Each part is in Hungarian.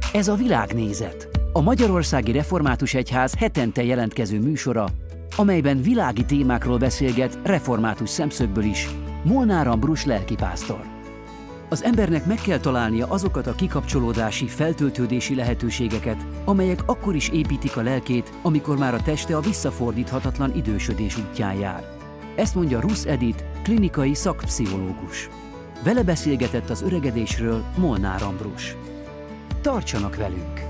Ez a Világnézet, a Magyarországi Református Egyház hetente jelentkező műsora, amelyben világi témákról beszélget református szemszögből is Molnár Ambrus lelkipásztor. Az embernek meg kell találnia azokat a kikapcsolódási, feltöltődési lehetőségeket, amelyek akkor is építik a lelkét, amikor már a teste a visszafordíthatatlan idősödés útján jár. Ezt mondja Rusz Edith, klinikai szakpszichológus. Vele beszélgetett az öregedésről Molnár Ambrus. Tartsanak velünk!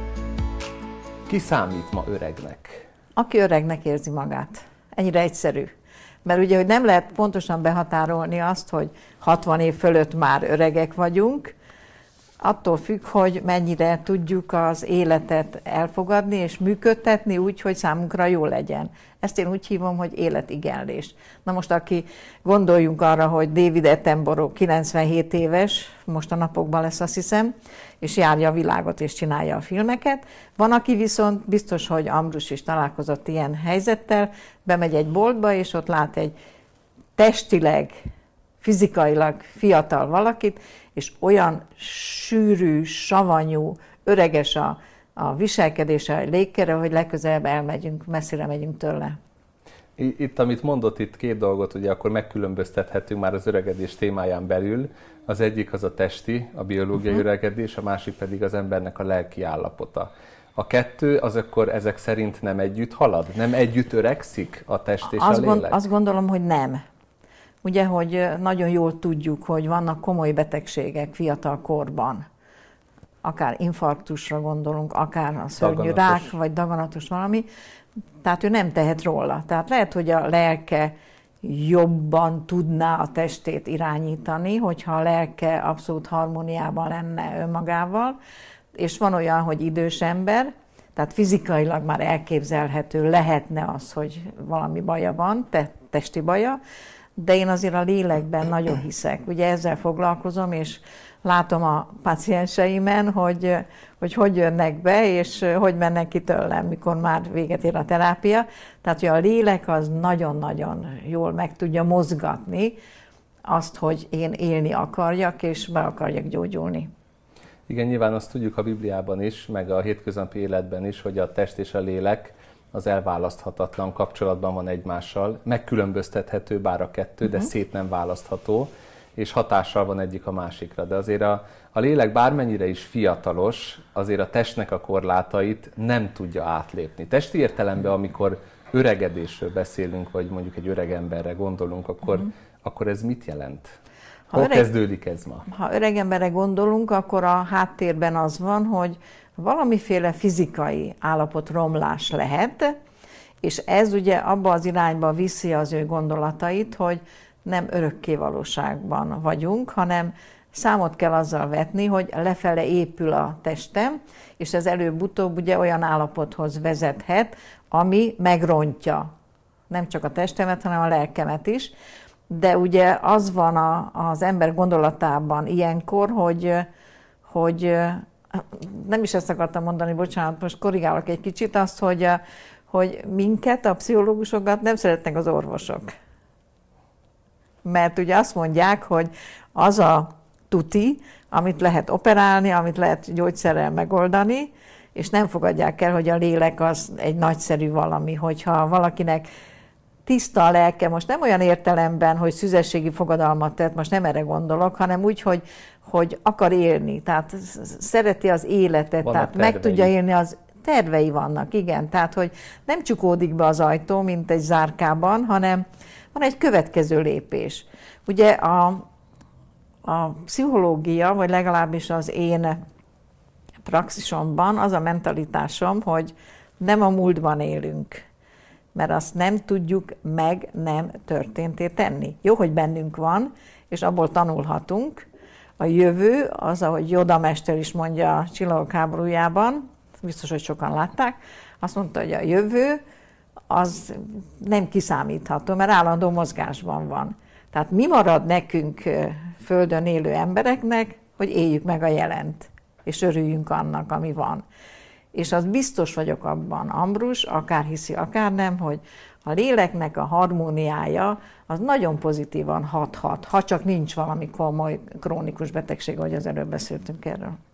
Ki számít ma öregnek? Aki öregnek érzi magát. Ennyire egyszerű. Mert ugye, hogy nem lehet pontosan behatárolni azt, hogy 60 év fölött már öregek vagyunk, attól függ, hogy mennyire tudjuk az életet elfogadni és működtetni úgy, hogy számunkra jó legyen. Ezt én úgy hívom, hogy életigenlés. Na most, aki gondoljunk arra, hogy David Attenborough 97 éves, most a napokban lesz, azt hiszem, és járja a világot és csinálja a filmeket. Van, aki viszont biztos, hogy Ambrus is találkozott ilyen helyzettel, bemegy egy boltba, és ott lát egy testileg, fizikailag fiatal valakit, és olyan sűrű, savanyú, öreges a viselkedése, a légkere, hogy legközelebb elmegyünk, messzire megyünk tőle. Itt, amit mondott, itt két dolgot, ugye akkor megkülönböztethetünk már az öregedés témáján belül. Az egyik az a testi, a biológiai öregedés, a másik pedig az embernek a lelki állapota. A kettő az akkor ezek szerint nem együtt halad? Nem együtt öregszik a test és a lélek? Azt gondolom, hogy nem. Ugye, hogy nagyon jól tudjuk, hogy vannak komoly betegségek fiatal korban. Akár infarktusra gondolunk, akár a szörnyű rák, vagy daganatos valami. Tehát ő nem tehet róla. Tehát lehet, hogy a lelke jobban tudná a testét irányítani, hogyha a lelke abszolút harmóniában lenne önmagával. És van olyan, hogy idős ember, tehát fizikailag már elképzelhető lehetne az, hogy valami baja van, testi baja, de én azért a lélekben nagyon hiszek. Ugye ezzel foglalkozom, és látom a pácienseimen, hogy jönnek be, és hogy mennek ki tőlem, mikor már véget ér a terápia. Tehát, hogy a lélek az nagyon-nagyon jól meg tudja mozgatni azt, hogy én élni akarjak, és be akarjak gyógyulni. Igen, nyilván azt tudjuk a Bibliában is, meg a hétköznapi életben is, hogy a test és a lélek az elválaszthatatlan kapcsolatban van egymással, megkülönböztethető bár a kettő, de szét nem választható, és hatással van egyik a másikra. De azért a lélek bármennyire is fiatalos, azért a testnek a korlátait nem tudja átlépni. Testi értelemben, amikor öregedésről beszélünk, vagy mondjuk egy öreg emberre gondolunk, akkor ez mit jelent? Hol kezdődik ez ma? Ha öreg emberre gondolunk, akkor a háttérben az van, hogy valamiféle fizikai állapotromlás lehet, és ez ugye abba az irányba viszi az ő gondolatait, hogy nem örökké valóságban vagyunk, hanem számot kell azzal vetni, hogy lefele épül a testem, és ez előbb-utóbb ugye olyan állapothoz vezethet, ami megrontja nem csak a testemet, hanem a lelkemet is. De ugye az van az ember gondolatában ilyenkor, hogy nem is ezt akartam mondani, bocsánat, most korrigálok egy kicsit azt, hogy minket, a pszichológusokat nem szeretnek az orvosok. Mert ugye azt mondják, hogy az a tuti, amit lehet operálni, amit lehet gyógyszerrel megoldani, és nem fogadják el, hogy a lélek az egy nagyszerű valami, hogyha valakinek tiszta a lelke, most nem olyan értelemben, hogy szüzességi fogadalmat tett, most nem erre gondolok, hanem úgy, hogy akar élni, tehát szereti az életet, tehát meg tudja élni, az tervei vannak, igen, tehát hogy nem csukódik be az ajtó, mint egy zárkában, hanem van egy következő lépés. Ugye a pszichológia, vagy legalábbis az én praxisomban az a mentalitásom, hogy nem a múltban élünk, mert azt nem tudjuk meg nem történté tenni. Jó, hogy bennünk van, és abból tanulhatunk. A jövő, az, ahogy Yoda mester is mondja a Csillagok háborújában, biztos, hogy sokan látták, azt mondta, hogy a jövő az nem kiszámítható, mert állandó mozgásban van. Tehát mi marad nekünk földön élő embereknek, hogy éljük meg a jelent, és örüljünk annak, ami van. És az biztos vagyok abban, Ambrus, akár hiszi, akár nem, hogy a léleknek a harmóniája az nagyon pozitívan hathat, ha csak nincs valami komoly krónikus betegség, ahogy az előbb beszéltünk erről.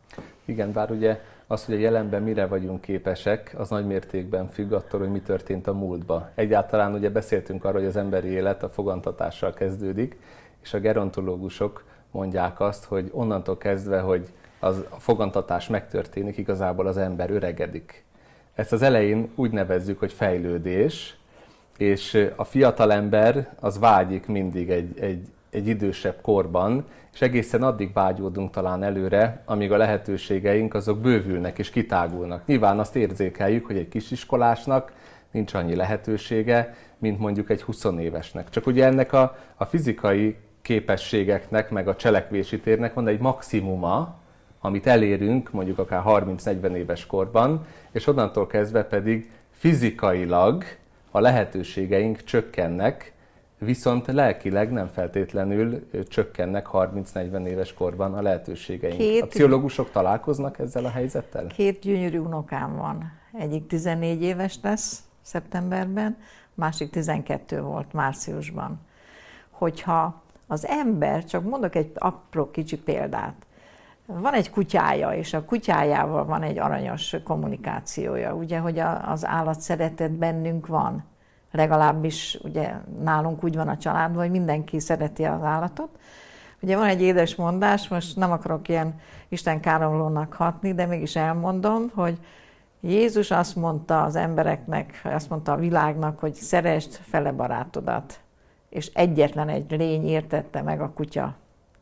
Igen, bár ugye az, hogy a jelenben mire vagyunk képesek, az nagy mértékben függ attól, hogy mi történt a múltban. Egyáltalán ugye beszéltünk arról, hogy az emberi élet a fogantatással kezdődik, és a gerontológusok mondják azt, hogy onnantól kezdve, hogy a fogantatás megtörténik, igazából az ember öregedik. Ezt az elején úgy nevezzük, hogy fejlődés, és a fiatalember az vágyik mindig egy idősebb korban, és egészen addig vágyódunk talán előre, amíg a lehetőségeink azok bővülnek és kitágulnak. Nyilván azt érzékeljük, hogy egy kisiskolásnak nincs annyi lehetősége, mint mondjuk egy 20 évesnek. Csak ugye ennek a fizikai képességeknek, meg a cselekvési térnek van egy maximuma, amit elérünk mondjuk akár 30-40 éves korban, és onnantól kezdve pedig fizikailag a lehetőségeink csökkennek, viszont lelkileg nem feltétlenül csökkennek 30-40 éves korban a lehetőségeink. A pszichológusok találkoznak ezzel a helyzettel? 2 gyönyörű unokám van. Egyik 14 éves lesz szeptemberben, másik 12 volt márciusban. Hogyha az ember, csak mondok egy apró kicsi példát, van egy kutyája, és a kutyájával van egy aranyos kommunikációja, ugye, hogy az állatszeretet bennünk van. Legalábbis ugye nálunk úgy van a családban, hogy mindenki szereti az állatot. Ugye van egy édes mondás, most nem akarok ilyen istenkáromlónak hatni, de mégis elmondom, hogy Jézus azt mondta az embereknek, azt mondta a világnak, hogy szeresd fele barátodat. És egyetlen egy lény értette meg, a kutya.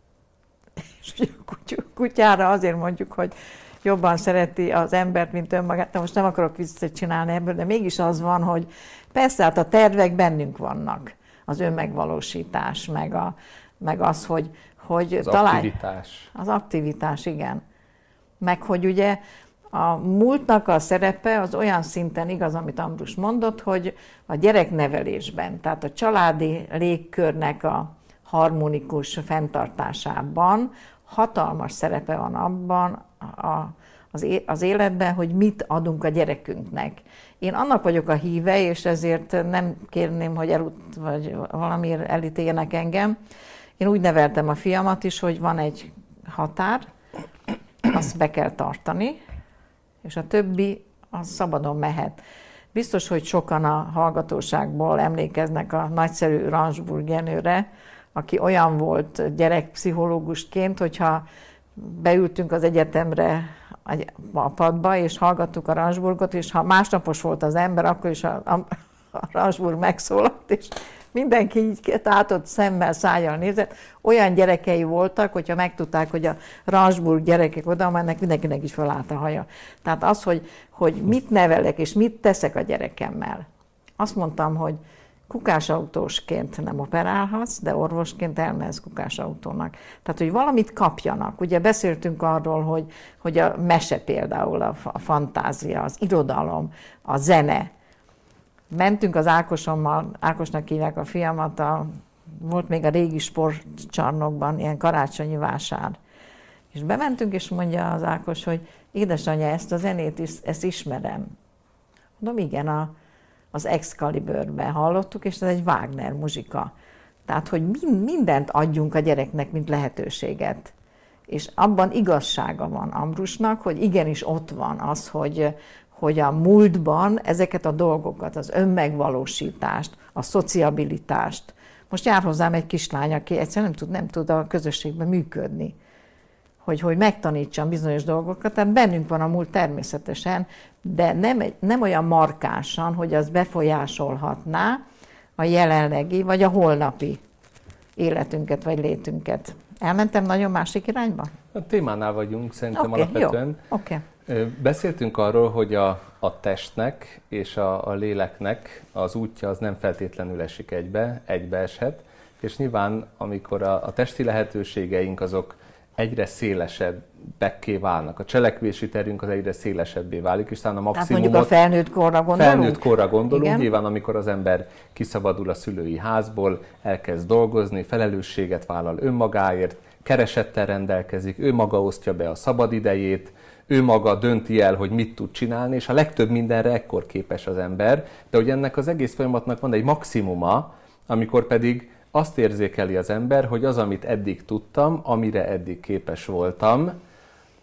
És ugye a kutyára azért mondjuk, hogy jobban szereti az embert, mint önmagát. De most nem akarok visszacsinálni ebből, de mégis az van, hogy persze, hát a tervek bennünk vannak. Az önmegvalósítás, meg az, hogy az aktivitás. Az aktivitás, igen. Meg hogy ugye a múltnak a szerepe az olyan szinten igaz, amit Ambrus mondott, hogy a gyereknevelésben, tehát a családi légkörnek a harmonikus fenntartásában hatalmas szerepe van abban az életben, hogy mit adunk a gyerekünknek. Én annak vagyok a híve, és ezért nem kérném, hogy vagy valamiért elítéljenek engem. Én úgy neveltem a fiamat is, hogy van egy határ, azt be kell tartani, és a többi az szabadon mehet. Biztos, hogy sokan a hallgatóságból emlékeznek a nagyszerű Ransburg Jenőre, aki olyan volt gyerekpszichológusként, hogyha beültünk az egyetemre a padba, és hallgattuk a Ransburgot, és ha másnapos volt az ember, akkor is a Ransburg megszólalt, és mindenki így tátott szemmel, szájjal nézett. Olyan gyerekei voltak, hogyha megtudták, hogy a Ransburg gyerekek oda mennek, mindenkinek is felállt a haja. Tehát az, hogy mit nevelek, és mit teszek a gyerekemmel. Azt mondtam, hogy kukásautósként nem operálhatsz, de orvosként elmehetsz kukásautónak. Tehát, hogy valamit kapjanak. Ugye beszéltünk arról, hogy a mese például, a fantázia, az irodalom, a zene. Mentünk az Ákosommal, Ákosnak hívják a fiamat, volt még a régi sportcsarnokban ilyen karácsonyi vásár. És bementünk, és mondja az Ákos, hogy édesanyja, ezt a zenét ezt ismerem. Mondom, igen, az Excaliburben hallottuk, és ez egy Wagner muzsika. Tehát, hogy mindent adjunk a gyereknek, mint lehetőséget. És abban igazsága van Ambrusnak, hogy igenis ott van az, hogy a múltban ezeket a dolgokat, az önmegvalósítást, a szociabilitást. Most jár hozzám egy kislány, aki egyszerűen nem tud a közösségben működni. Hogy megtanítsam bizonyos dolgokat, tehát bennünk van a múlt természetesen, de nem olyan markánsan, hogy az befolyásolhatná a jelenlegi vagy a holnapi életünket vagy létünket. Elmentem nagyon másik irányba? A témánál vagyunk szerintem alapvetően. Oké. Beszéltünk arról, hogy a testnek és a léleknek az útja az nem feltétlenül esik egybeeshet, és nyilván amikor a testi lehetőségeink azok egyre szélesebbekké válnak. A cselekvési terünk az egyre szélesebbé válik, és talán a maximumot... Tehát mondjuk a felnőtt korra gondolunk? Felnőtt korra gondolunk, igen. Nyilván amikor az ember kiszabadul a szülői házból, elkezd dolgozni, felelősséget vállal önmagáért, keresettel rendelkezik, ő maga osztja be a szabadidejét, ő maga dönti el, hogy mit tud csinálni, és a legtöbb mindenre ekkor képes az ember, de hogy ennek az egész folyamatnak van egy maximuma, amikor pedig azt érzékeli az ember, hogy az, amit eddig tudtam, amire eddig képes voltam,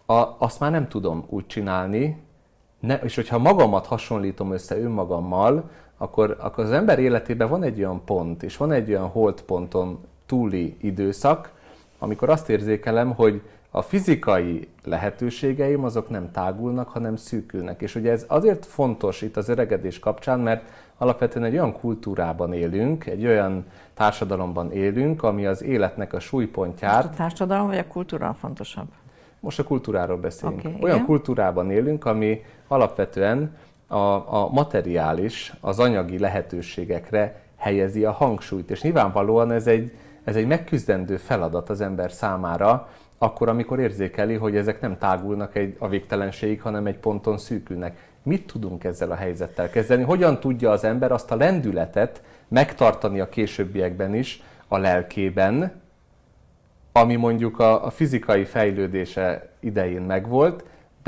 azt már nem tudom úgy csinálni, és hogyha magamat hasonlítom össze önmagammal, akkor az ember életében van egy olyan pont, és van egy olyan holdponton túli időszak, amikor azt érzékelem, hogy a fizikai lehetőségeim azok nem tágulnak, hanem szűkülnek. És ugye ez azért fontos itt az öregedés kapcsán, mert alapvetően egy olyan kultúrában élünk, egy olyan társadalomban élünk, ami az életnek a súlypontját... Most a társadalom vagy a kultúra fontosabb? Most a kultúráról beszélünk. Okay, olyan igen. kultúrában élünk, ami alapvetően a materiális, az anyagi lehetőségekre helyezi a hangsúlyt. És nyilvánvalóan ez egy megküzdendő feladat az ember számára, akkor, amikor érzékeli, hogy ezek nem tágulnak a végtelenségig, hanem egy ponton szűkülnek. Mit tudunk ezzel a helyzettel kezdeni? Hogyan tudja az ember azt a lendületet megtartani a későbbiekben is a lelkében, ami mondjuk a fizikai fejlődése idején megvolt,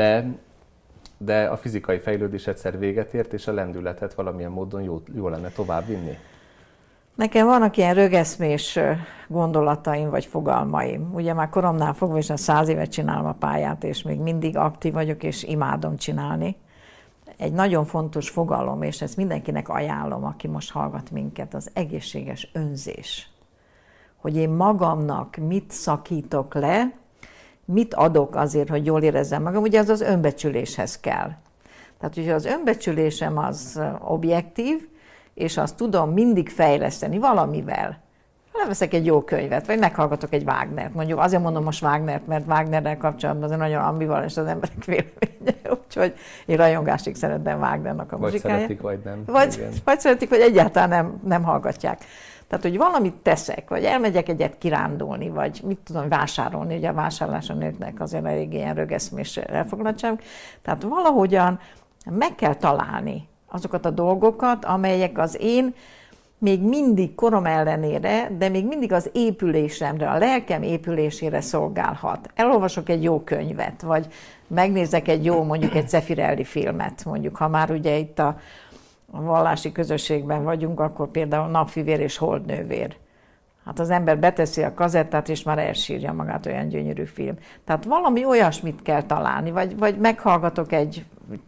de a fizikai fejlődés egyszer véget ért, és a lendületet valamilyen módon jó lenne tovább vinni? Nekem vannak ilyen rögeszmés gondolataim vagy fogalmaim. Ugye már koromnál fogva is 100 évet csinálom a pályát, és még mindig aktív vagyok, és imádom csinálni. Egy nagyon fontos fogalom, és ezt mindenkinek ajánlom, aki most hallgat minket, az egészséges önzés. Hogy én magamnak mit szakítok le, mit adok azért, hogy jól érezzem magam, ugye az önbecsüléshez kell. Tehát, hogyha az önbecsülésem az objektív, és azt tudom mindig fejleszteni valamivel. Leveszek egy jó könyvet, vagy meghallgatok egy Wagnert. Mondjuk azért mondom most Wagnert, mert Wagnerrel kapcsolatban azért nagyon ambivalens az emberek véleménye. Úgyhogy én rajongásig szeretem Wagnernak a muzikáját. Vagy szeretik, vagy nem. Vagy szeretik, vagy egyáltalán nem hallgatják. Tehát, hogy valamit teszek, vagy elmegyek egyet kirándulni, vagy mit tudom, vásárolni, ugye a vásárlás a nőknek azért elég ilyen rögeszmés elfoglaltság. Tehát valahogyan meg kell találni azokat a dolgokat, amelyek az én még mindig korom ellenére, de még mindig az épülésemre, a lelkem épülésére szolgálhat. Elolvasok egy jó könyvet, vagy megnézek egy jó, mondjuk egy Zeffirelli filmet, mondjuk, ha már ugye itt a vallási közösségben vagyunk, akkor például Napfivér és Holdnővér. Hát az ember beteszi a kazettát, és már elsírja magát, olyan gyönyörű film. Tehát valami olyasmit kell találni, vagy meghallgatok egy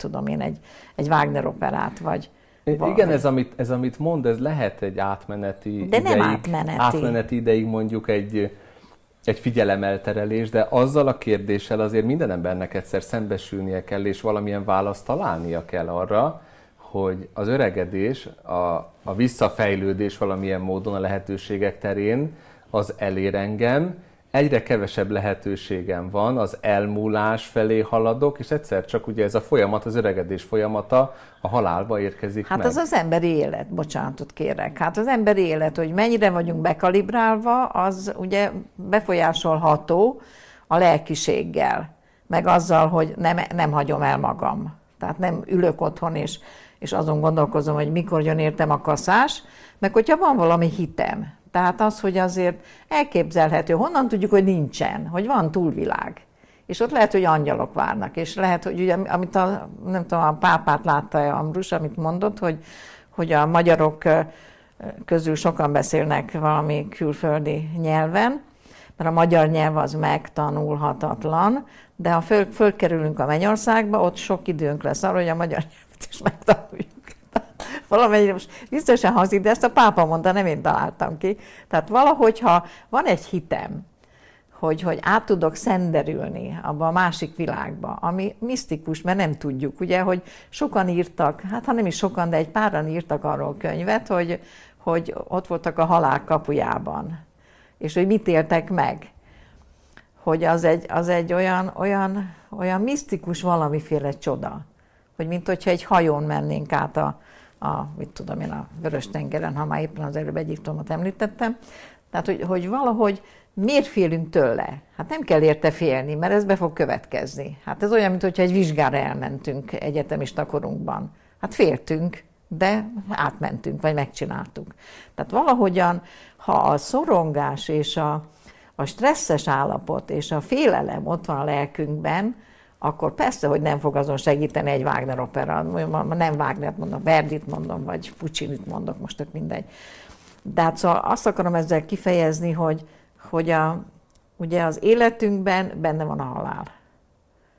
Wagner operát, vagy... Igen, ez amit mond, ez lehet egy átmeneti de ideig. Nem átmeneti. Átmeneti ideig mondjuk egy figyelemelterelés, de azzal a kérdéssel azért minden embernek egyszer szembesülnie kell, és valamilyen választ találnia kell arra, hogy az öregedés, a visszafejlődés valamilyen módon a lehetőségek terén az elér engem, egyre kevesebb lehetőségem van, az elmúlás felé haladok, és egyszer csak ugye ez a folyamat, az öregedés folyamata a halálba érkezik meg. Hát az az emberi élet, bocsánatot kérek. Hát az emberi élet, hogy mennyire vagyunk bekalibrálva, az ugye befolyásolható a lelkiséggel, meg azzal, hogy nem hagyom el magam. Tehát nem ülök otthon, és azon gondolkozom, hogy mikor jön értem a kaszás, meg hogyha van valami hitem. Tehát az, hogy azért elképzelhető, honnan tudjuk, hogy nincsen, hogy van túlvilág. És ott lehet, hogy angyalok várnak, és lehet, hogy ugye, amit a pápát látta Ambrus, amit mondott, hogy a magyarok közül sokan beszélnek valami külföldi nyelven, mert a magyar nyelv az megtanulhatatlan, de ha fölkerülünk a Mennyországba, ott sok időnk lesz arra, hogy a magyar nyelvet is megtanuljuk. Valamennyire most biztosan hazig, de ezt a pápa mondta, nem én találtam ki. Tehát valahogy, ha van egy hitem, hogy át tudok szenderülni abba a másik világba, ami misztikus, mert nem tudjuk, ugye, hogy sokan írtak, hát ha nem is sokan, de egy páran írtak arról könyvet, hogy ott voltak a halál kapujában, és hogy mit éltek meg. Hogy az egy olyan misztikus valamiféle csoda, hogy mint hogyha egy hajón mennénk át a Vörös-tengeren, ha már éppen az előbb Egyiptomot említettem. Tehát, hogy valahogy miért félünk tőle? Hát nem kell érte félni, mert ez be fog következni. Hát ez olyan, mintha egy vizsgára elmentünk egyetemista korunkban. Hát féltünk, de átmentünk, vagy megcsináltuk. Tehát valahogyan, ha a szorongás és a stresszes állapot és a félelem ott van a lelkünkben, akkor persze, hogy nem fog azon segíteni egy Wagner opera. Nem Wagnert mondom, Verdit mondom, vagy Puccinit mondok, most tök mindegy. De hát szóval azt akarom ezzel kifejezni, hogy ugye az életünkben benne van a halál.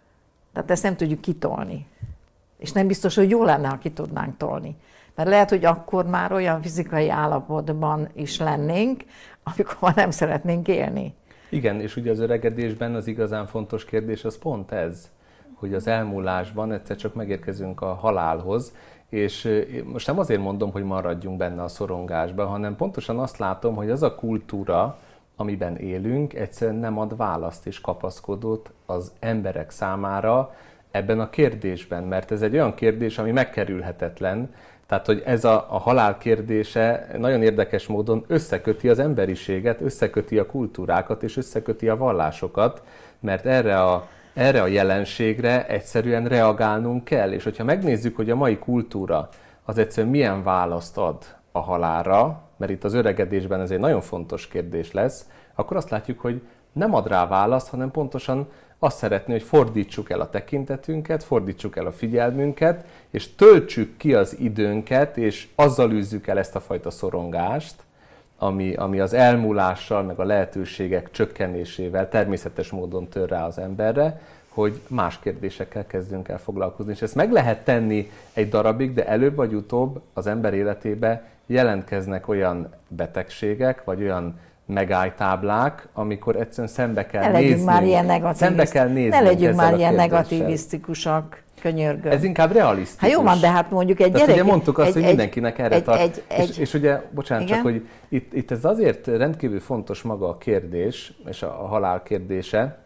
Tehát ezt nem tudjuk kitolni. És nem biztos, hogy jó lenne, ha ki tudnánk tolni. Mert lehet, hogy akkor már olyan fizikai állapotban is lennénk, amikor már nem szeretnénk élni. Igen, és ugye az öregedésben az igazán fontos kérdés az pont ez, hogy az elmúlásban egyszer csak megérkezünk a halálhoz, és most nem azért mondom, hogy maradjunk benne a szorongásban, hanem pontosan azt látom, hogy az a kultúra, amiben élünk, egyszerűen nem ad választ és kapaszkodót az emberek számára ebben a kérdésben, mert ez egy olyan kérdés, ami megkerülhetetlen, tehát, hogy ez a halál kérdése nagyon érdekes módon összeköti az emberiséget, összeköti a kultúrákat és összeköti a vallásokat, mert erre a jelenségre egyszerűen reagálnunk kell. És hogyha megnézzük, hogy a mai kultúra az egyszerűen milyen választ ad a halálra, mert itt az öregedésben ez egy nagyon fontos kérdés lesz, akkor azt látjuk, hogy nem ad rá választ, hanem pontosan azt szeretné, hogy fordítsuk el a tekintetünket, fordítsuk el a figyelmünket, és töltsük ki az időnket, és azzal űzzük el ezt a fajta szorongást, ami az elmúlással, meg a lehetőségek csökkenésével természetes módon tör rá az emberre, hogy más kérdésekkel kezdünk el foglalkozni. És ezt meg lehet tenni egy darabig, de előbb vagy utóbb az ember életébe jelentkeznek olyan betegségek, vagy olyan megálltáblák, amikor egyszerűen szembe kell nézni. Ne legyünk már ilyen negativisztikusak, könyörgöm. Ez inkább realisztikus. Hát jó van, de hát mondjuk egy gyerek... Ugye mondtuk azt, hogy mindenkinek erre tart. És ugye, bocsánat, igen? Csak hogy itt ez azért rendkívül fontos maga a kérdés, és a halál kérdése,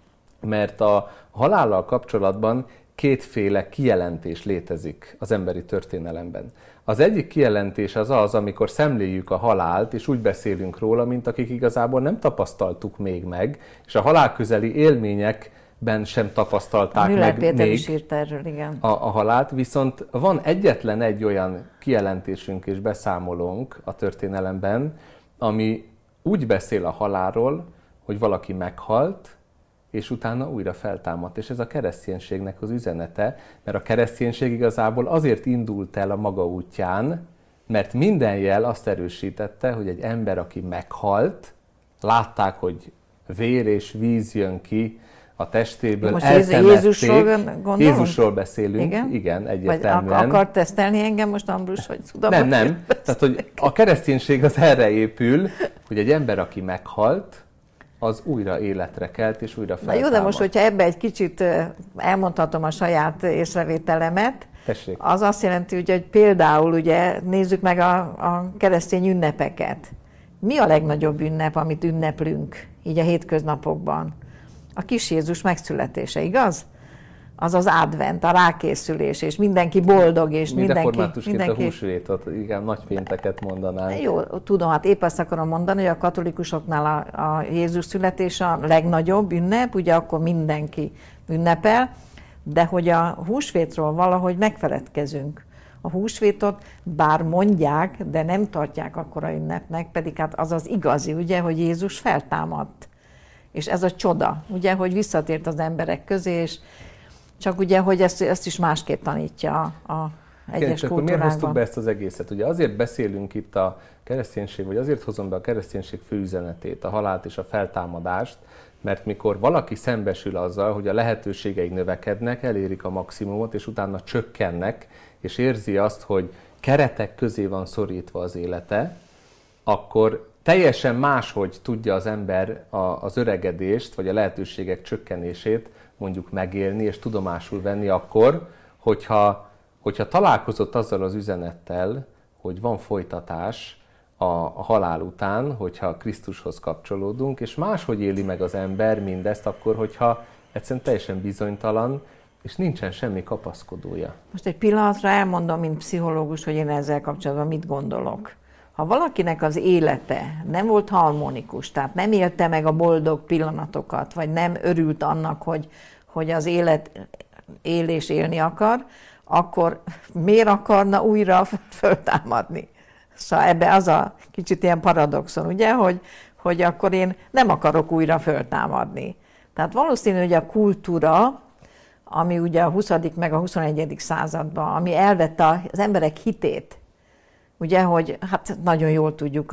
mert a halállal kapcsolatban kétféle kijelentés létezik az emberi történelemben. Az egyik kijelentés az, amikor szemléljük a halált, és úgy beszélünk róla, mint akik igazából nem tapasztaltuk még meg, és a halálközeli élményekben sem tapasztalták Müller meg Péter még is írt erről, igen. A halált, viszont van egyetlen egy olyan kijelentésünk és beszámolónk a történelemben, ami úgy beszél a halálról, hogy valaki meghalt, és utána újra feltámadt. És ez a kereszténységnek az üzenete, mert a kereszténység igazából azért indult el a maga útján, mert minden jel azt erősítette, hogy egy ember, aki meghalt, látták, hogy vér és víz jön ki a testéből, most Jézusról gondolunk? Jézusról beszélünk, igen egyértelműen. Vagy akar tesztelni engem most, Ambrus, hogy tudom? Nem. Tehát, hogy a kereszténység az erre épül, hogy egy ember, aki meghalt, az újra életre kelt, és újra feltámad. Na jó, de most, hogyha ebbe egy kicsit elmondhatom a saját észrevételemet, tessék. Az azt jelenti, hogy például ugye, nézzük meg a keresztény ünnepeket. Mi a legnagyobb ünnep, amit ünneplünk így a hétköznapokban? A kis Jézus megszületése, igaz? Az az advent, a rákészülés, és mindenki boldog, és mindenki... a húsvétot, igen, nagypénteket mondanánk. Jó, tudom, hát épp azt akarom mondani, hogy a katolikusoknál a Jézus születése a legnagyobb ünnep, ugye akkor mindenki ünnepel, de hogy a húsvétról valahogy megfeledkezünk. A húsvétot bár mondják, de nem tartják akkora ünnepnek, pedig hát az az igazi, ugye, hogy Jézus feltámadt. És ez a csoda, ugye, hogy visszatért az emberek közé, és csak ugye, hogy ezt is másképp tanítja a egyes kultúrákban. Miért hoztuk be ezt az egészet? Ugye azért beszélünk itt a kereszténység, vagy azért hozom be a kereszténység főüzenetét, a halált és a feltámadást, mert mikor valaki szembesül azzal, hogy a lehetőségei növekednek, elérik a maximumot, és utána csökkennek, és érzi azt, hogy keretek közé van szorítva az élete, akkor teljesen máshogy tudja az ember az öregedést, vagy a lehetőségek csökkenését mondjuk megélni, és tudomásul venni akkor, hogyha találkozott azzal az üzenettel, hogy van folytatás a halál után, hogyha Krisztushoz kapcsolódunk, és máshogy éli meg az ember mindezt, akkor, hogyha egyszerűen teljesen bizonytalan, és nincsen semmi kapaszkodója. Most egy pillanatra elmondom, mint pszichológus, hogy én ezzel kapcsolatban mit gondolok. Ha valakinek az élete nem volt harmonikus, tehát nem élte meg a boldog pillanatokat, vagy nem örült annak, hogy az élet él és élni akar, akkor miért akarna újra föltámadni? Szóval ebbe az a kicsit ilyen paradoxon, ugye, hogy akkor én nem akarok újra föltámadni. Tehát valószínű, hogy a kultúra, ami ugye a 20. meg a 21. században, ami elvette az emberek hitét, ugye, hogy hát nagyon jól tudjuk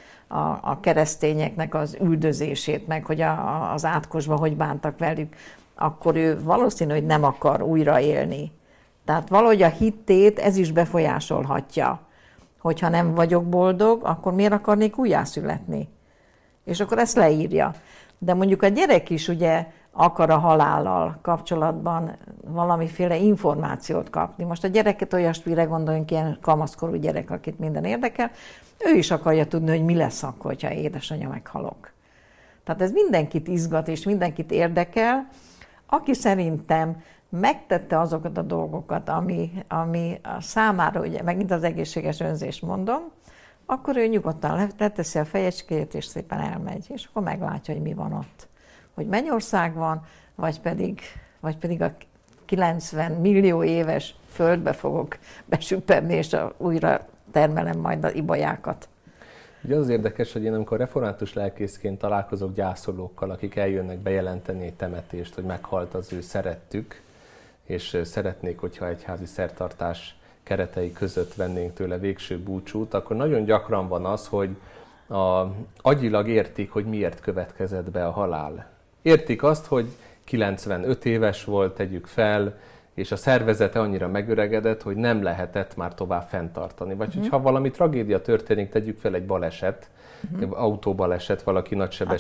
a keresztényeknek az üldözését, meg hogy az átkosban hogy bántak velük. akkor ő valószínű, hogy nem akar újra élni. Tehát valahogy a hittét ez is befolyásolhatja. Hogyha nem vagyok boldog, akkor miért akarnék újjászületni? És akkor ezt leírja. De mondjuk a gyerek is ugye akar a halállal kapcsolatban valamiféle információt kapni. Most a gyereket olyasmire gondoljunk, ilyen kamaszkorú gyerek, akit minden érdekel, ő is akarja tudni, hogy mi lesz akkor, ha édesanyja meghalok. Tehát ez mindenkit izgat és mindenkit érdekel, aki szerintem megtette azokat a dolgokat, ami a számára, ugye megint az egészséges önzést mondom, akkor ő nyugodtan leteszi a fejecskéjét, és szépen elmegy, és akkor meglátja, hogy mi van ott. Hogy mennyország van, vagy pedig a 90 millió éves földbe fogok besüppedni, és újra termelem majd az ibolyákat. Ugye az érdekes, hogy én amikor református lelkészként találkozok gyászolókkal, akik eljönnek bejelenteni egy temetést, hogy meghalt az ő szerettük, és szeretnék, hogyha egyházi szertartás keretei között vennénk tőle végső búcsút, akkor nagyon gyakran van az, hogy agyilag értik, hogy miért következett be a halál. Értik azt, hogy 95 éves volt, tegyük fel, és a szervezete annyira megöregedett, hogy nem lehetett már tovább fenntartani. Vagy hogyha valami tragédia történik, tegyük fel egy baleset, autóbaleset, valaki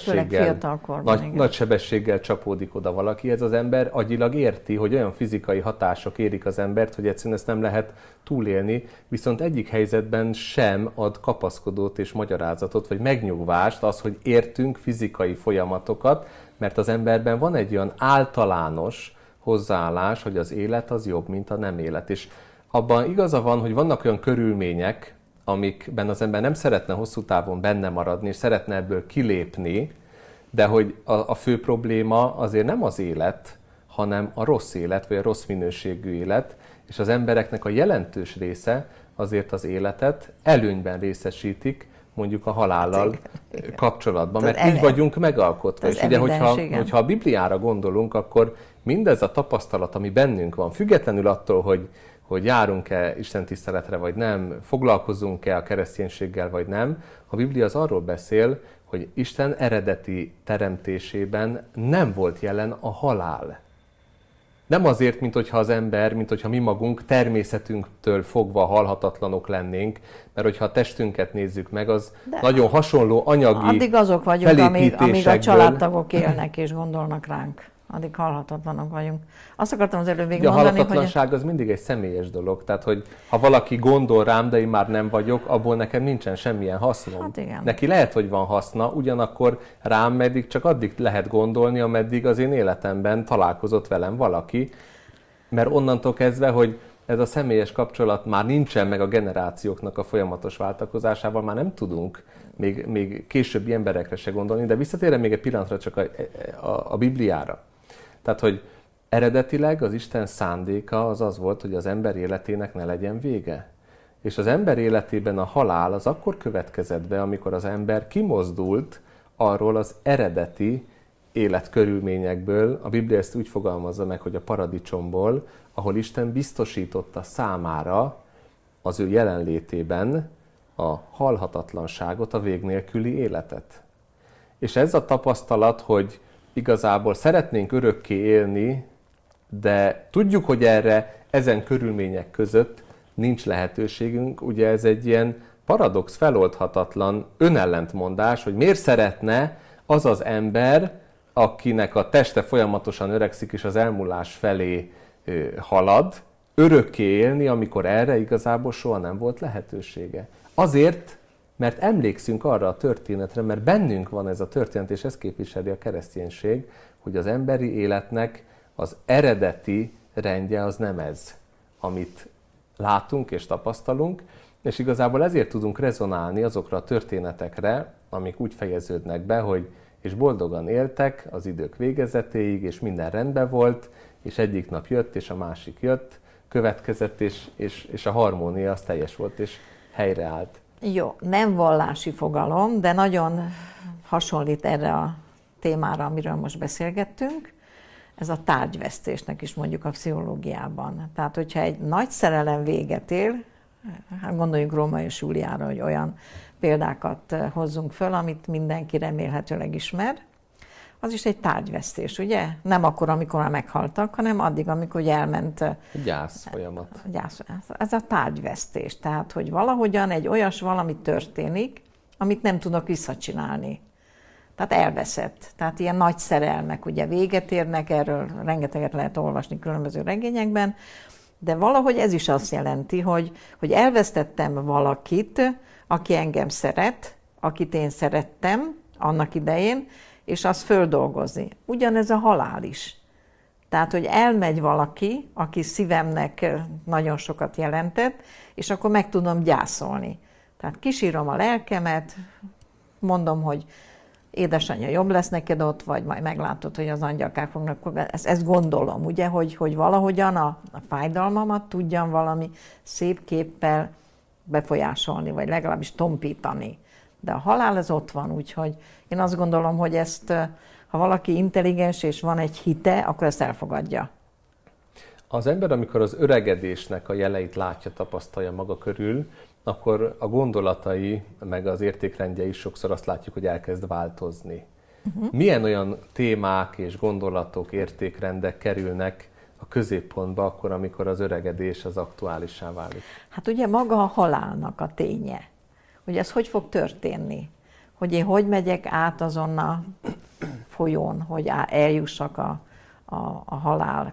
nagy sebességgel csapódik oda valaki, ez az ember agyilag érti, hogy olyan fizikai hatások érik az embert, hogy egyszerűen ezt nem lehet túlélni, viszont egyik helyzetben sem ad kapaszkodót és magyarázatot, vagy megnyugvást az, hogy értünk fizikai folyamatokat, mert az emberben van egy olyan általános hozzáállás, hogy az élet az jobb, mint a nem élet. És abban igaza van, hogy vannak olyan körülmények, amikben az ember nem szeretne hosszú távon benne maradni, és szeretne ebből kilépni, de hogy a fő probléma azért nem az élet, hanem a rossz élet, vagy a rossz minőségű élet, és az embereknek a jelentős része azért az életet előnyben részesítik, mondjuk a halállal kapcsolatban, mert így vagyunk megalkotva. És ugye, hogyha a Bibliára gondolunk, akkor mindez a tapasztalat, ami bennünk van, függetlenül attól, hogy járunk-e istentiszteletre vagy nem, foglalkozunk-e a kereszténységgel vagy nem, a Biblia az arról beszél, hogy Isten eredeti teremtésében nem volt jelen a halál. Nem azért, mintha az ember, mintha mi magunk természetünktől fogva halhatatlanok lennénk, mert hogyha a testünket nézzük meg, az nagyon hasonló anyagi addig azok vagyunk, amíg a családtagok élnek és gondolnak ránk. Addig halhatatlanok vagyunk. Azt akartam az előbb még mondani, hogy... A halhatatlanság az mindig egy személyes dolog. Tehát, hogy ha valaki gondol rám, de én már nem vagyok, abból nekem nincsen semmilyen hasznom. Hát igen. Neki lehet, hogy van haszna, ugyanakkor rám meddig csak addig lehet gondolni, ameddig az én életemben találkozott velem valaki. Mert onnantól kezdve, hogy ez a személyes kapcsolat már nincsen meg a generációknak a folyamatos váltakozásával, már nem tudunk még későbbi emberekre se gondolni, de visszatérve még egy pillanatra csak a Bibliára. Tehát, hogy eredetileg az Isten szándéka az volt, hogy az ember életének ne legyen vége. És az ember életében a halál az akkor következett be, amikor az ember kimozdult arról az eredeti életkörülményekből, a Biblia ezt úgy fogalmazza meg, hogy a paradicsomból, ahol Isten biztosította számára az ő jelenlétében a halhatatlanságot, a vég nélküli életet. És ez a tapasztalat, hogy igazából szeretnénk örökké élni, de tudjuk, hogy erre ezen körülmények között nincs lehetőségünk, ugye ez egy ilyen paradox, feloldhatatlan önellentmondás, hogy miért szeretne az az ember, akinek a teste folyamatosan öregszik és az elmúlás felé halad, örökké élni, amikor erre igazából soha nem volt lehetősége. Azért, mert emlékszünk arra a történetre, mert bennünk van ez a történet, és ez képviseli a kereszténység, hogy az emberi életnek az eredeti rendje az nem ez, amit látunk és tapasztalunk, és igazából ezért tudunk rezonálni azokra a történetekre, amik úgy fejeződnek be, hogy és boldogan éltek az idők végezetéig, és minden rendben volt, és egyik nap jött, és a másik jött, következett, és a harmónia az teljes volt, és helyreállt. Jó, nem vallási fogalom, de nagyon hasonlít erre a témára, amiről most beszélgettünk. Ez a tárgyvesztésnek is mondjuk a pszichológiában. Tehát, hogyha egy nagy szerelem véget ér, hát gondoljunk Róma és Júliára, hogy olyan példákat hozzunk föl, amit mindenki remélhetőleg ismer, az is egy tárgyvesztés, ugye? Nem akkor, amikor már meghaltak, hanem addig, amikor ugye elment... Gyász folyamat. Ez a tárgyvesztés. Tehát, hogy valahogyan egy olyas valami történik, amit nem tudok visszacsinálni. Tehát elveszett. Tehát ilyen nagy szerelmek ugye véget érnek, erről rengeteget lehet olvasni különböző regényekben, de valahogy ez is azt jelenti, hogy elvesztettem valakit, aki engem szeret, akit én szerettem annak idején, és azt földolgozni. Ugyanez a halál is. Tehát, hogy elmegy valaki, aki szívemnek nagyon sokat jelentett, és akkor meg tudom gyászolni. Tehát kisírom a lelkemet, mondom, hogy édesanyja, jobb lesz neked ott, vagy majd meglátod, hogy az angyalkák fognak... Ezt gondolom, ugye, hogy valahogyan a fájdalmamat tudjam valami szép képpel befolyásolni, vagy legalábbis tompítani. De a halál az ott van, úgyhogy én azt gondolom, hogy ezt, ha valaki intelligens és van egy hite, akkor ezt elfogadja. Az ember, amikor az öregedésnek a jeleit látja, tapasztalja maga körül, akkor a gondolatai, meg az értékrendje is sokszor azt látjuk, hogy elkezd változni. Milyen olyan témák és gondolatok, értékrendek kerülnek a középpontba akkor, amikor az öregedés az aktuálissá válik? Hát ugye maga a halálnak a ténye, hogy ez hogy fog történni, hogy én hogy megyek át azon a folyón, hogy eljussak a halál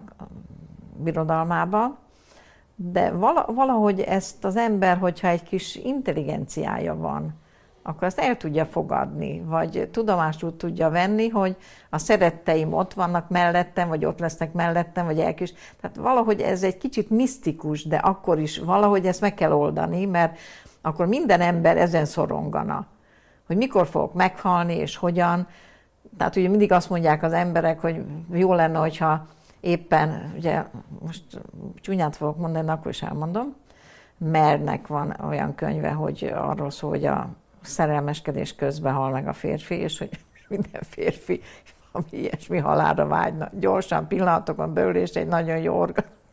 birodalmába, de valahogy ezt az ember, hogyha egy kis intelligenciája van, akkor azt el tudja fogadni, vagy tudomásul tudja venni, hogy a szeretteim ott vannak mellettem, vagy ott lesznek mellettem, vagy elkis. Tehát valahogy ez egy kicsit misztikus, de akkor is valahogy ezt meg kell oldani, mert akkor minden ember ezen szorongana, hogy mikor fogok meghalni, és hogyan. Tehát ugye mindig azt mondják az emberek, hogy jó lenne, hogyha éppen, ugye most csúnyát fogok mondani, akkor is elmondom, Mernek van olyan könyve, hogy arról szól, hogy a szerelmeskedés közben hal meg a férfi, és hogy minden férfi ami ilyesmi halálra vágyna. Gyorsan, pillanatokon belül, és egy nagyon jó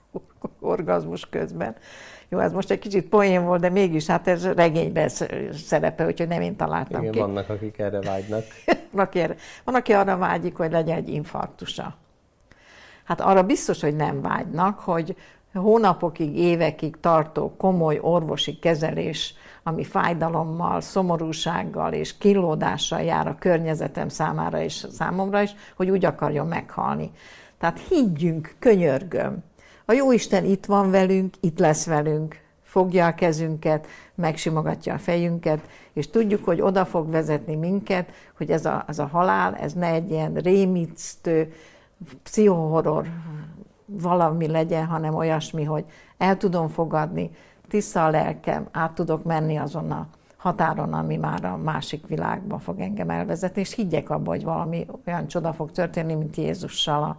orgazmus közben. Jó, ez most egy kicsit poén volt, de mégis hát ez regényben szerepel, úgyhogy nem én találtam igen, ki. Vannak, akik erre vágynak. Van, aki arra vágyik, hogy legyen egy infarktusa. Hát arra biztos, hogy nem vágynak, hogy hónapokig, évekig tartó komoly orvosi kezelés, ami fájdalommal, szomorúsággal és kínlódással jár a környezetem számára és számomra is, hogy úgy akarjon meghalni. Tehát higgyünk, könyörgöm. A Jóisten itt van velünk, itt lesz velünk, fogja a kezünket, megsimogatja a fejünket, és tudjuk, hogy oda fog vezetni minket, hogy ez a halál, ez ne egy ilyen rémisztő, pszichohorror valami legyen, hanem olyasmi, hogy el tudom fogadni, tiszta a lelkem, át tudok menni azon a határon, ami már a másik világba fog engem elvezetni, és higgyek abba, hogy valami olyan csoda fog történni, mint Jézussal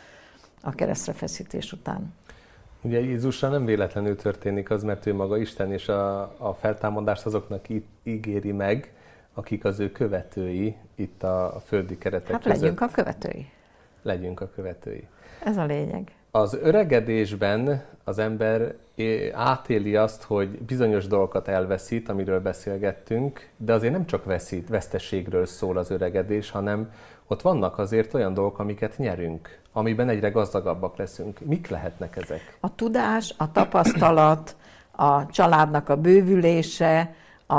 a keresztre feszítés után. Ugye Jézussal nem véletlenül történik az, mert ő maga Isten, és a feltámadást azoknak ígéri meg, akik az ő követői itt a földi keretek között. Legyünk a követői. Legyünk a követői. Ez a lényeg. Az öregedésben az ember átéli azt, hogy bizonyos dolgokat elveszít, amiről beszélgettünk, de azért nem csak veszteségről szól az öregedés, hanem ott vannak azért olyan dolgok, amiket nyerünk, amiben egyre gazdagabbak leszünk. Mik lehetnek ezek? A tudás, a tapasztalat, a családnak a bővülése,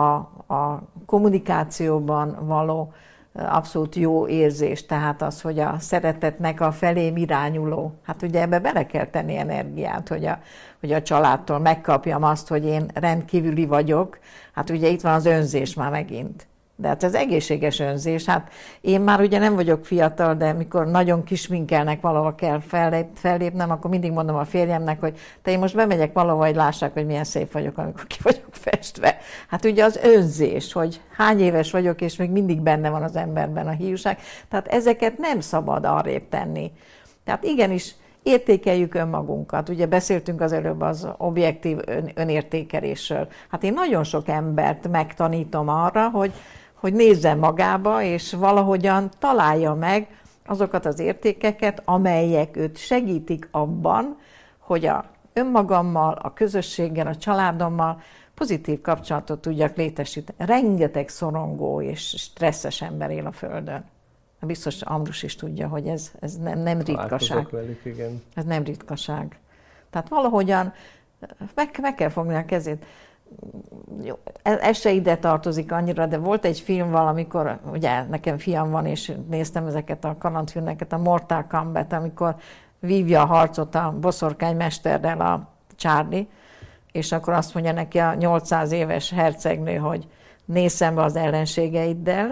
a kommunikációban való abszolút jó érzés, tehát az, hogy a szeretetnek a felém irányuló. Hát ugye ebbe bele kell tenni energiát, hogy a családtól megkapjam azt, hogy én rendkívüli vagyok. Hát ugye itt van az önzés már megint. De hát ez egészséges önzés. Hát én már ugye nem vagyok fiatal, de mikor nagyon kisminkelnek, valahol kell fellépnem, akkor mindig mondom a férjemnek, hogy én most bemegyek valahol, hogy lássák, hogy milyen szép vagyok, amikor ki vagyok festve. Hát ugye az önzés, hogy hány éves vagyok, és még mindig benne van az emberben a hiúság. Tehát ezeket nem szabad arrébb tenni. Tehát igenis, értékeljük önmagunkat. Ugye beszéltünk az előbb az objektív önértékelésről. Hát én nagyon sok embert megtanítom arra, hogy nézzen magába, és valahogyan találja meg azokat az értékeket, amelyek őt segítik abban, hogy a önmagammal, a közösséggel, a családommal pozitív kapcsolatot tudjak létesíteni. Rengeteg szorongó és stresszes ember él a Földön. Biztos Ambrus is tudja, hogy ez nem ritkaság. Velük, igen. Ez nem ritkaság. Tehát valahogyan meg kell fogni a kezét. Ez se ide tartozik annyira, de volt egy film valamikor, ugye nekem fiam van, és néztem ezeket a kalandfilmeket, a Mortal Kombat, amikor vívja a harcot a boszorkánymesterrel a Charlie, és akkor azt mondja neki a 800 éves hercegnő, hogy nézz szembe az ellenségeiddel,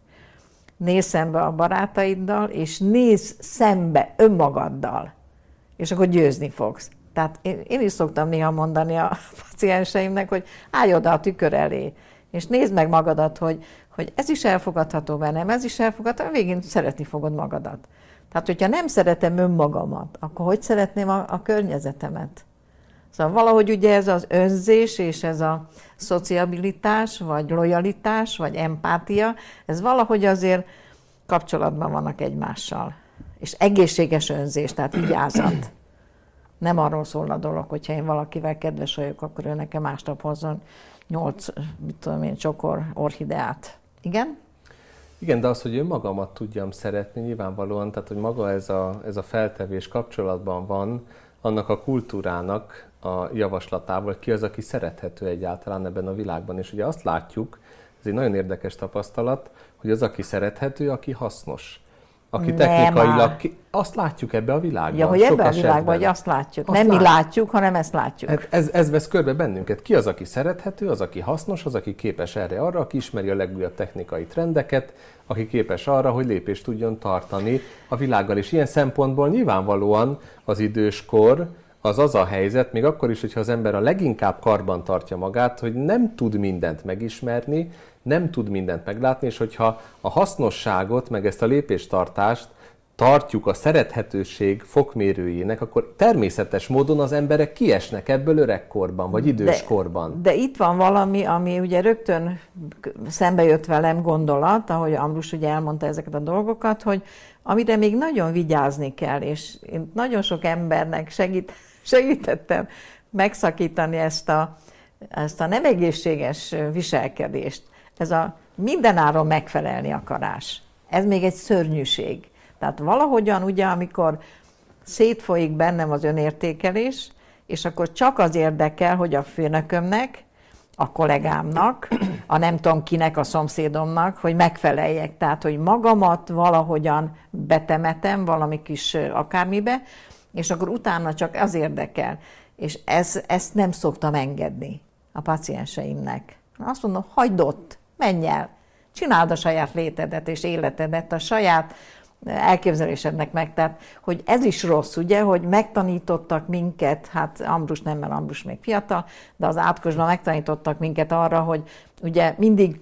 nézz szembe a barátaiddal, és nézz szembe önmagaddal, és akkor győzni fogsz. Tehát én is szoktam néha mondani a pacienseimnek, hogy állj oda a tükör elé, és nézd meg magadat, hogy ez is elfogadható bennem, ez is elfogadható, végén szeretni fogod magadat. Tehát, hogyha nem szeretem önmagamat, akkor hogy szeretném a környezetemet? Szóval valahogy ugye ez az önzés és ez a szociabilitás, vagy lojalitás, vagy empátia, ez valahogy azért kapcsolatban vannak egymással. És egészséges önzés, tehát vigyázat. Nem arról szól a dolog, hogyha én valakivel kedves vagyok, akkor ő nekem másnap hozzon 8, csokor orchideát. Igen? Igen, de az, hogy önmagamat tudjam szeretni, nyilvánvalóan, tehát hogy maga ez a feltevés kapcsolatban van annak a kultúrának a javaslatával, ki az, aki szerethető egyáltalán ebben a világban. És ugye azt látjuk, ez egy nagyon érdekes tapasztalat, hogy az, aki szerethető, aki hasznos. Aki technikailag, azt látjuk ebbe a világban. Ja, hogy ebbe a világban, hogy azt látjuk. Nem mi látjuk, hanem ezt látjuk. Ez vesz körbe bennünket. Ki az, aki szerethető, az, aki hasznos, az, aki képes erre-arra, aki ismeri a legújabb technikai trendeket, aki képes arra, hogy lépést tudjon tartani a világgal. És ilyen szempontból nyilvánvalóan az időskor az a helyzet, még akkor is, hogyha az ember a leginkább karban tartja magát, hogy nem tud mindent megismerni, nem tud mindent meglátni, és hogyha a hasznosságot, meg ezt a lépéstartást tartjuk a szerethetőség fokmérőjének, akkor természetes módon az emberek kiesnek ebből öregkorban, vagy időskorban. De itt van valami, ami ugye rögtön szembe jött velem gondolat, ahogy Ambrus ugye elmondta ezeket a dolgokat, hogy amire még nagyon vigyázni kell, és én nagyon sok embernek segítettem megszakítani ezt a nem egészséges viselkedést. Ez a mindenáron megfelelni akarás. Ez még egy szörnyűség. Tehát valahogyan ugye, amikor szétfolyik bennem az önértékelés, és akkor csak az érdekel, hogy a főnökömnek, a kollégámnak, a nem tudom kinek, a szomszédomnak, hogy megfeleljek. Tehát, hogy magamat valahogyan betemetem valami kis akármibe, és akkor utána csak az érdekel. És ezt nem szoktam engedni a pacienseimnek. Azt mondom, hagyd ott, menj el, csináld a saját létedet és életedet, a saját elképzelésednek meg. Tehát, hogy ez is rossz, ugye, hogy megtanítottak minket, hát Ambrus nem, mert Ambrus még fiatal, de az Átkosban megtanítottak minket arra, hogy ugye mindig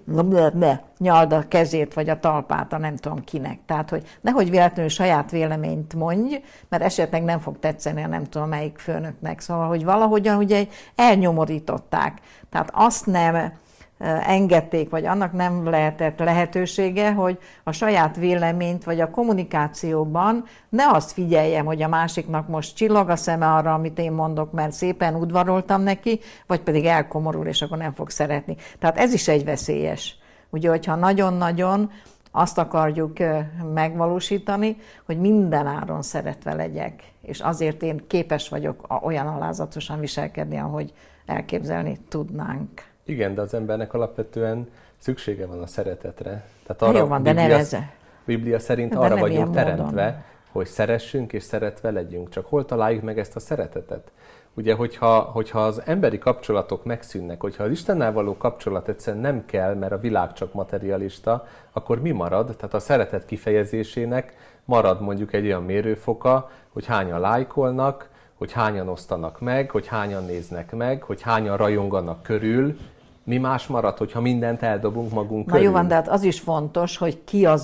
nyald a kezét vagy a talpát a nem tudom kinek. Tehát, hogy nehogy véletlenül saját véleményt mondj, mert esetleg nem fog tetszeni a nem tudom melyik főnöknek. Szóval, hogy valahogyan ugye elnyomorították. Tehát azt nem engedték, vagy annak nem lehetett lehetősége, hogy a saját véleményt, vagy a kommunikációban ne azt figyeljem, hogy a másiknak most csillog a szeme arra, amit én mondok, mert szépen udvaroltam neki, vagy pedig elkomorul, és akkor nem fog szeretni. Tehát ez is egy veszélyes. Ugye, hogyha nagyon-nagyon azt akarjuk megvalósítani, hogy mindenáron szeretve legyek, és azért én képes vagyok olyan alázatosan viselkedni, ahogy elképzelni tudnánk. Igen, de az embernek alapvetően szüksége van a szeretetre. Tehát arra jó van, de Biblia szerint de arra vagyunk teremtve, hogy szeressünk és szeretve legyünk. Csak hol találjuk meg ezt a szeretetet? Ugye, hogyha az emberi kapcsolatok megszűnnek, hogyha az Istennel való kapcsolat egyszerűen nem kell, mert a világ csak materialista, akkor mi marad? Tehát a szeretet kifejezésének marad mondjuk egy olyan mérőfoka, hogy hányan lájkolnak, hogy hányan osztanak meg, hogy hányan néznek meg, hogy hányan rajonganak körül. Mi más marad, hogyha mindent eldobunk magunk körül? Na jó van, de hát az is fontos, hogy ki az,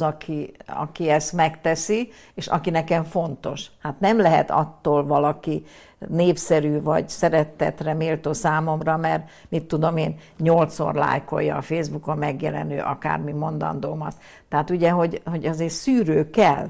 aki ezt megteszi, és aki nekem fontos. Hát nem lehet attól valaki népszerű vagy szeretetre méltó számomra, mert mit tudom én, 8-szor lájkolja a Facebookon megjelenő akármi mondandómat. Tehát ugye, hogy azért szűrő kell,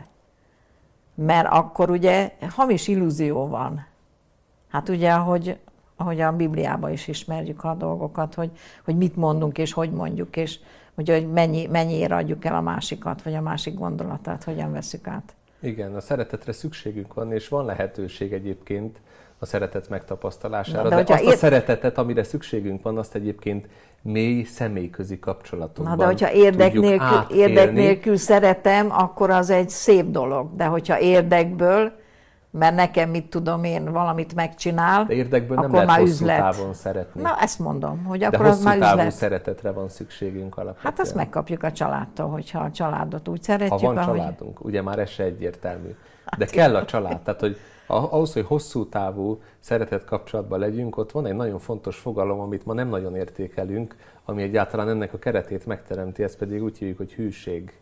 mert akkor ugye hamis illúzió van. Hát ugye, ahogy a Bibliában is ismerjük a dolgokat, hogy mit mondunk és hogy mondjuk, és hogy mennyiért adjuk el a másikat, vagy a másik gondolatát, hogyan veszük át. Igen, a szeretetre szükségünk van, és van lehetőség egyébként a szeretet megtapasztalására, de azt a szeretetet, amire szükségünk van, azt egyébként mély személyközi kapcsolatokban. De hogyha érdek nélkül szeretem, akkor az egy szép dolog. De hogyha érdekből, mert nekem mit tudom én, valamit megcsinál, de érdekből akkor nem lehet hosszú üzlet. Távon szeretni. Na, ezt mondom, hogy de akkor az már üzlet. hosszú távú szeretetre van szükségünk alapvetően. Hát azt megkapjuk a családtól, hogyha a családot úgy szeretjük, ha van családunk, ugye már ez se egyértelmű. De kell a család, tehát hogy ahhoz, hogy hosszú távú szeretett kapcsolatban legyünk, ott van egy nagyon fontos fogalom, amit ma nem nagyon értékelünk, ami egyáltalán ennek a keretét megteremti, ezt pedig úgy hívjuk, hogy hűség.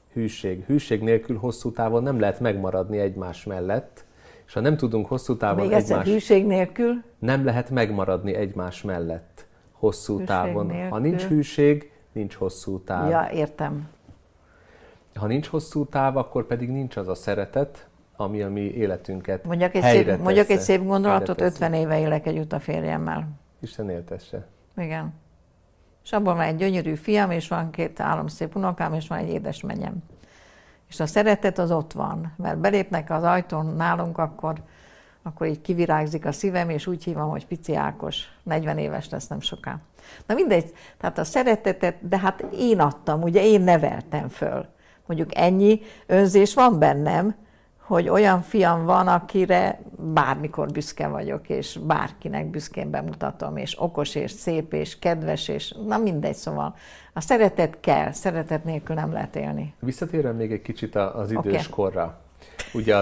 Hűség nélkül hosszú távon nem lehet megmaradni egymás mellett, és ha nem tudunk hosszú távon hűség nélkül? Nem lehet megmaradni egymás mellett hosszú távon. Nélkül. Ha nincs hűség, nincs hosszú táv. Ja, értem. Ha nincs hosszú táv, akkor pedig nincs az a szeretet, ami a mi életünket Mondjak egy szép gondolatot, 50 éve élek együtt a férjemmel. Isten éltesse. Igen. És abban van egy gyönyörű fiam, és van 2 szép unokám, és van egy édesmenyem. És a szeretet az ott van, mert belépnek az ajtón nálunk, akkor így kivirágzik a szívem, és úgy hívom, hogy Pici Ákos. 40 éves lesz nem soká. Na mindegy, tehát a szeretetet, de hát én adtam, ugye én neveltem föl. Mondjuk ennyi önzés van bennem, hogy olyan fiam van, akire bármikor büszke vagyok, és bárkinek büszkén bemutatom, és okos, és szép, és kedves, és na mindegy, szóval a szeretet kell, szeretet nélkül nem lehet élni. Visszatérve még egy kicsit az időskorra. Ugye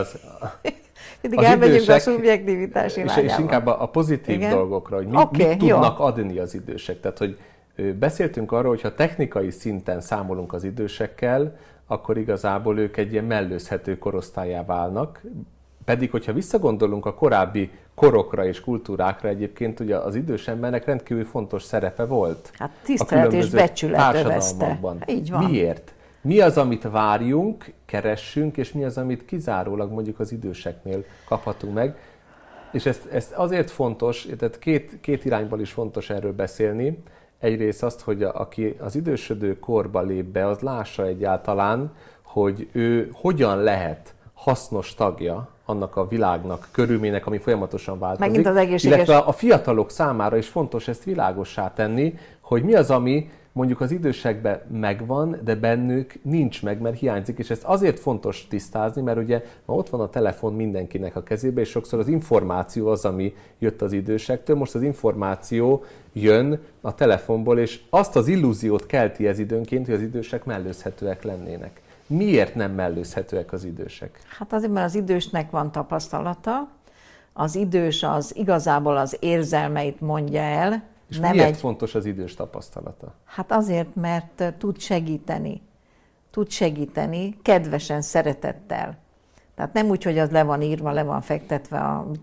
mindig elmegyünk a szubjektivitás irányába. És inkább a pozitív dolgokra, hogy mit tudnak adni az idősek. Tehát, hogy beszéltünk arról, hogy ha technikai szinten számolunk az idősekkel, akkor igazából ők egy ilyen mellőzhető korosztályá válnak. Pedig, hogyha visszagondolunk a korábbi korokra és kultúrákra, egyébként ugye az idős embernek rendkívül fontos szerepe volt. Hát tisztelet és becsület övezte. Így van. Miért? Mi az, amit várjunk, keressünk, és mi az, amit kizárólag mondjuk az időseknél kaphatunk meg. És ez azért fontos, tehát két irányból is fontos erről beszélni. Egyrészt azt, hogy aki az idősödő korba lép be, az lássa egyáltalán, hogy ő hogyan lehet hasznos tagja annak a világnak, körülménynek, ami folyamatosan változik. Megint az egészséges... Illetve a fiatalok számára is fontos ezt világossá tenni, hogy mi az, ami mondjuk az idősekben megvan, de bennük nincs meg, mert hiányzik, és ezt azért fontos tisztázni, mert ugye ma ott van a telefon mindenkinek a kezébe, és sokszor az információ az, ami jött az idősektől, most az információ jön a telefonból, és azt az illúziót kelti ez időnként, hogy az idősek mellőzhetőek lennének. Miért nem mellőzhetőek az idősek? Hát azért, mert az idősnek van tapasztalata, az idős az igazából az érzelmeit mondja el. És miért fontos az idős tapasztalata? Hát azért, mert tud segíteni. Tud segíteni kedvesen, szeretettel. Tehát nem úgy, hogy az le van írva, le van fektetve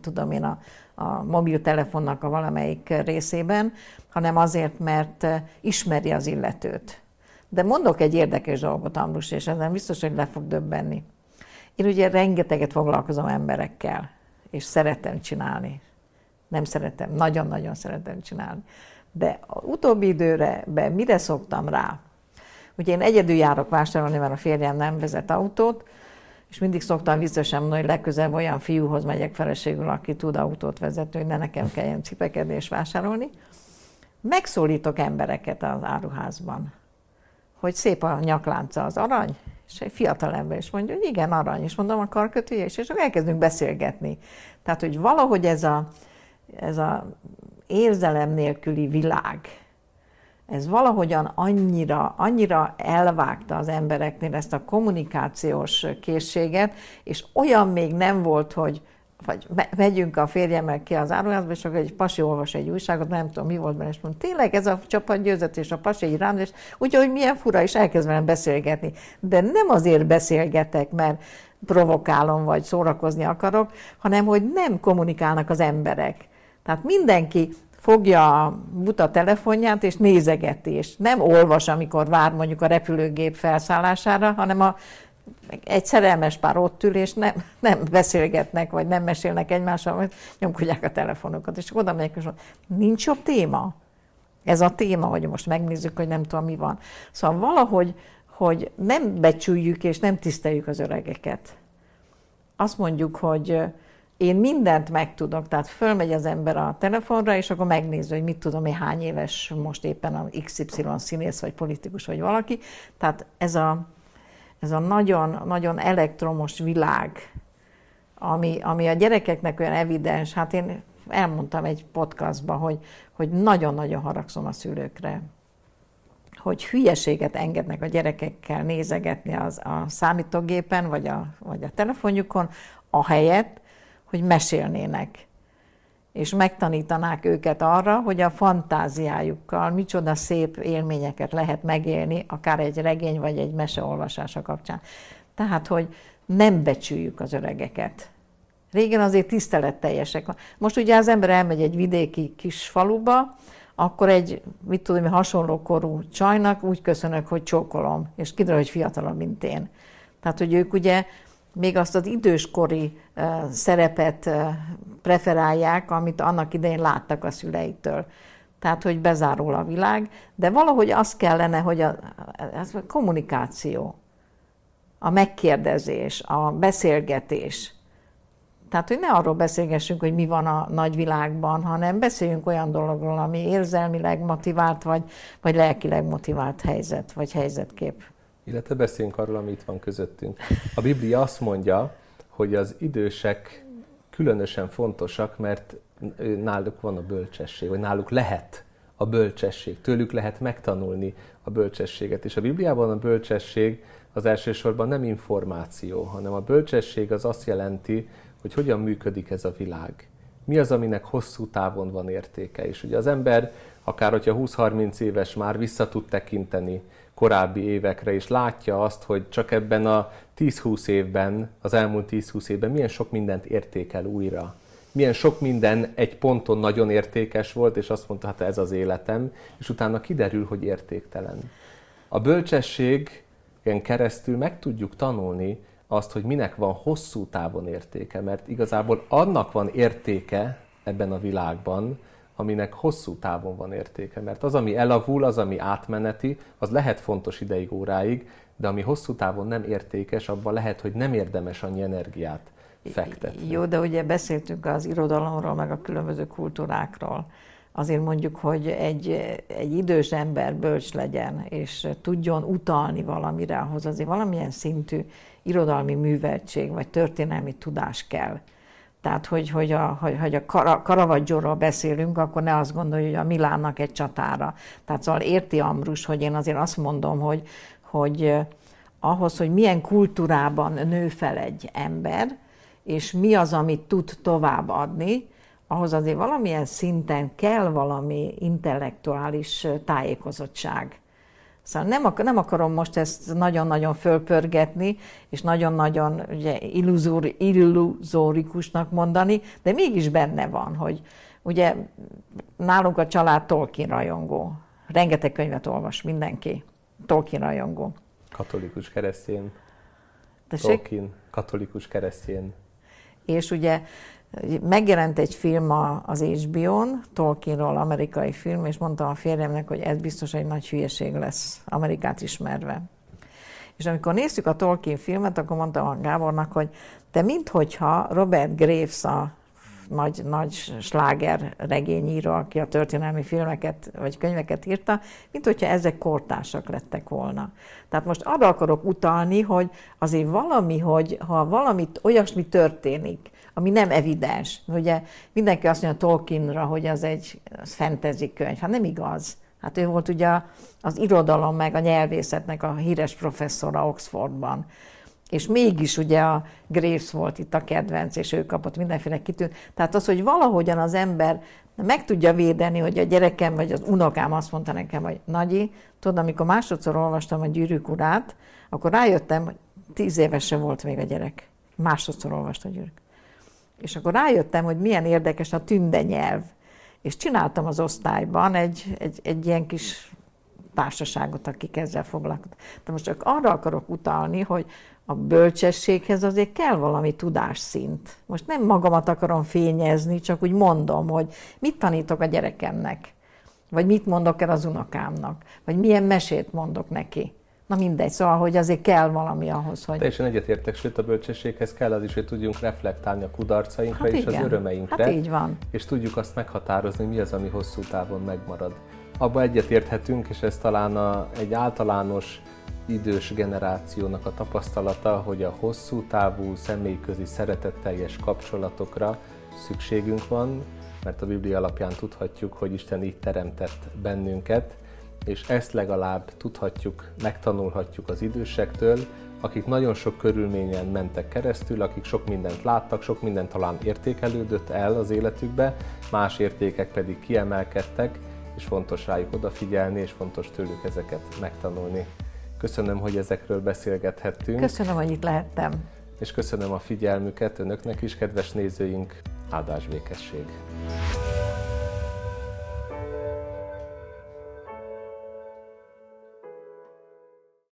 a mobiltelefonnak a valamelyik részében, hanem azért, mert ismeri az illetőt. De mondok egy érdekes dolgot, Ambrus, és ezen biztos, hogy le fog döbbenni. Én ugye rengeteget foglalkozom emberekkel, és szeretem csinálni. Nem szeretem, nagyon-nagyon szeretem csinálni. De az utóbbi időben mire szoktam rá? Ugye én egyedül járok vásárolni, mert a férjem nem vezet autót, és mindig szoktam biztosan mondani, hogy legközelebb olyan fiúhoz megyek feleségül, aki tud autót vezetni, hogy ne nekem kelljen cipekedni és vásárolni. Megszólítok embereket az áruházban, hogy szép a nyaklánca, az arany, és egy fiatal ember is mondja, hogy igen, arany, és mondom a karkötője is, és akkor elkezdünk beszélgetni. Tehát, hogy valahogy ez a érzelem nélküli világ, ez valahogyan annyira elvágta az embereknél ezt a kommunikációs készséget, és olyan még nem volt, hogy vagy megyünk a férjemmel ki az áruházba, és akkor egy pasi olvas egy újságot, nem tudom, mi volt benne, és mondom, tényleg ez a csapat győzött, és a pasi egy rám, és úgyhogy milyen fura, és elkezd velem beszélgetni. De nem azért beszélgetek, mert provokálom, vagy szórakozni akarok, hanem hogy nem kommunikálnak az emberek. Tehát mindenki fogja a buta telefonját, és nézegeti, és nem olvas, amikor vár mondjuk a repülőgép felszállására, hanem egy szerelmes pár ott ül, és nem beszélgetnek, vagy nem mesélnek egymással, vagy nyomkodják a telefonokat. És oda megyek, és mondom, nincs jobb téma. ez a téma, hogy most megnézzük, hogy nem tudom, mi van. Szóval valahogy, hogy nem becsüljük és nem tiszteljük az öregeket. Azt mondjuk, hogy én mindent megtudok, tehát fölmegy az ember a telefonra, és akkor megnéző, hogy mit tudom én, hány éves most éppen a XY színész, vagy politikus, vagy valaki. Tehát ez a nagyon, nagyon elektromos világ, ami a gyerekeknek olyan evidens, hát én elmondtam egy podcastban, hogy nagyon-nagyon haragszom a szülőkre, hogy hülyeséget engednek a gyerekekkel nézegetni a számítógépen, vagy a telefonjukon, ahelyett, hogy mesélnének, és megtanítanák őket arra, hogy a fantáziájukkal micsoda szép élményeket lehet megélni, akár egy regény vagy egy mese olvasása kapcsán. Tehát, hogy nem becsüljük az öregeket. Régen azért tiszteletteljesek. Most ugye az ember elmegy egy vidéki kis faluba, akkor egy, mit tudom, hasonló korú csajnak úgy köszönök, hogy csókolom, és kiderül, hogy fiatalabb, mint én. Tehát, hogy ők ugye még azt az időskori szerepet preferálják, amit annak idején láttak a szüleiktől. Tehát, hogy bezárul a világ, de valahogy az kellene, hogy a kommunikáció, a megkérdezés, a beszélgetés. Tehát, hogy ne arról beszélgessünk, hogy mi van a nagyvilágban, hanem beszéljünk olyan dologról, ami érzelmileg motivált, vagy lelkileg motivált helyzet, vagy helyzetkép. Illetve beszéljünk arról, ami itt van közöttünk. A Biblia azt mondja, hogy az idősek különösen fontosak, mert náluk van a bölcsesség, vagy náluk lehet a bölcsesség, tőlük lehet megtanulni a bölcsességet. És a Bibliában a bölcsesség az elsősorban nem információ, hanem a bölcsesség az azt jelenti, hogy hogyan működik ez a világ. Mi az, aminek hosszú távon van értéke. És ugye az ember, akár hogyha 20-30 éves már vissza tud tekinteni korábbi évekre, és látja azt, hogy csak ebben a 10-20 évben, az elmúlt 10-20 évben milyen sok mindent értékel újra. Milyen sok minden egy ponton nagyon értékes volt, és azt mondta, hát ez az életem, és utána kiderül, hogy értéktelen. A bölcsességen keresztül meg tudjuk tanulni azt, hogy minek van hosszú távon értéke, mert igazából annak van értéke ebben a világban, aminek hosszú távon van értéke. Mert az, ami elavul, az, ami átmeneti, az lehet fontos ideig, óráig, de ami hosszú távon nem értékes, abban lehet, hogy nem érdemes annyi energiát fektetni. Jó, de ugye beszéltünk az irodalomról, meg a különböző kultúrákról. Azért mondjuk, hogy egy idős ember bölcs legyen, és tudjon utalni valamire, ahhoz azért valamilyen szintű irodalmi műveltség, vagy történelmi tudás kell. Tehát, hogy a Caravaggióról beszélünk, akkor ne azt gondolja, hogy a Milánnak egy csatára. Tehát szóval érti Ambrus, hogy én azért azt mondom, hogy ahhoz, hogy milyen kultúrában nő fel egy ember, és mi az, amit tud továbbadni, ahhoz azért valamilyen szinten kell valami intellektuális tájékozottság. Szóval nem akarom most ezt nagyon-nagyon fölpörgetni, és nagyon-nagyon ugye, illuzórikusnak mondani, de mégis benne van, hogy ugye nálunk a család Tolkien rajongó. Rengeteg könyvet olvas mindenki. Tolkien rajongó. Katolikus keresztény. Tessék? Tolkien, katolikus keresztény. És ugye megjelent egy film az HBO-n, Tolkienról, amerikai film, és mondtam a férjemnek, hogy ez biztos egy nagy hülyeség lesz, Amerikát ismerve. És amikor néztük a Tolkien filmet, akkor mondtam a Gábornak, hogy te minthogyha Robert Graves, a nagy sláger regényíró, aki a történelmi filmeket vagy könyveket írta, minthogyha ezek kortársak lettek volna. Tehát most arra akarok utalni, hogy azért valami, hogy ha valamit, olyasmi történik, ami nem evidens. Ugye mindenki azt mondja Tolkienra, hogy az egy fantasy könyv. Hát nem igaz. Hát ő volt ugye az irodalom meg a nyelvészetnek a híres professzora Oxfordban. És mégis ugye a Graves volt itt a kedvenc, és ő kapott mindenféle kitűnt. Tehát az, hogy valahogyan az ember meg tudja védeni, hogy a gyerekem vagy az unokám azt mondta nekem, hogy Nagyi, tudod, amikor másodszor olvastam a Gyűrűk urát, akkor rájöttem, hogy 10 éves se volt még a gyerek. Másodszor olvasta a Gyűrűk. És akkor rájöttem, hogy milyen érdekes a tünde nyelv. És csináltam az osztályban egy ilyen kis társaságot, akik ezzel foglalkoztak. De most csak arra akarok utalni, hogy a bölcsességhez azért kell valami tudásszint. Most nem magamat akarom fényezni, csak úgy mondom, hogy mit tanítok a gyerekemnek. Vagy mit mondok el az unokámnak? Vagy milyen mesét mondok neki? Na mindegy, szóval, hogy azért kell valami ahhoz, hogy... Teljesen egyetértek, sőt a bölcsességhez kell az is, hogy tudjunk reflektálni a kudarcainkra és az örömeinkre. Hát így van. És tudjuk azt meghatározni, mi az, ami hosszú távon megmarad. Abba egyetérthetünk, és ez talán egy általános idős generációnak a tapasztalata, hogy a hosszú távú, személyközi, szeretetteljes kapcsolatokra szükségünk van, mert a Biblia alapján tudhatjuk, hogy Isten így teremtett bennünket, és ezt legalább tudhatjuk, megtanulhatjuk az idősektől, akik nagyon sok körülményen mentek keresztül, akik sok mindent láttak, sok mindent talán értékelődött el az életükbe, más értékek pedig kiemelkedtek, és fontos rájuk odafigyelni, és fontos tőlük ezeket megtanulni. Köszönöm, hogy ezekről beszélgethettünk. Köszönöm, hogy itt lehettem. És köszönöm a figyelmüket önöknek is, kedves nézőink. Áldás békesség!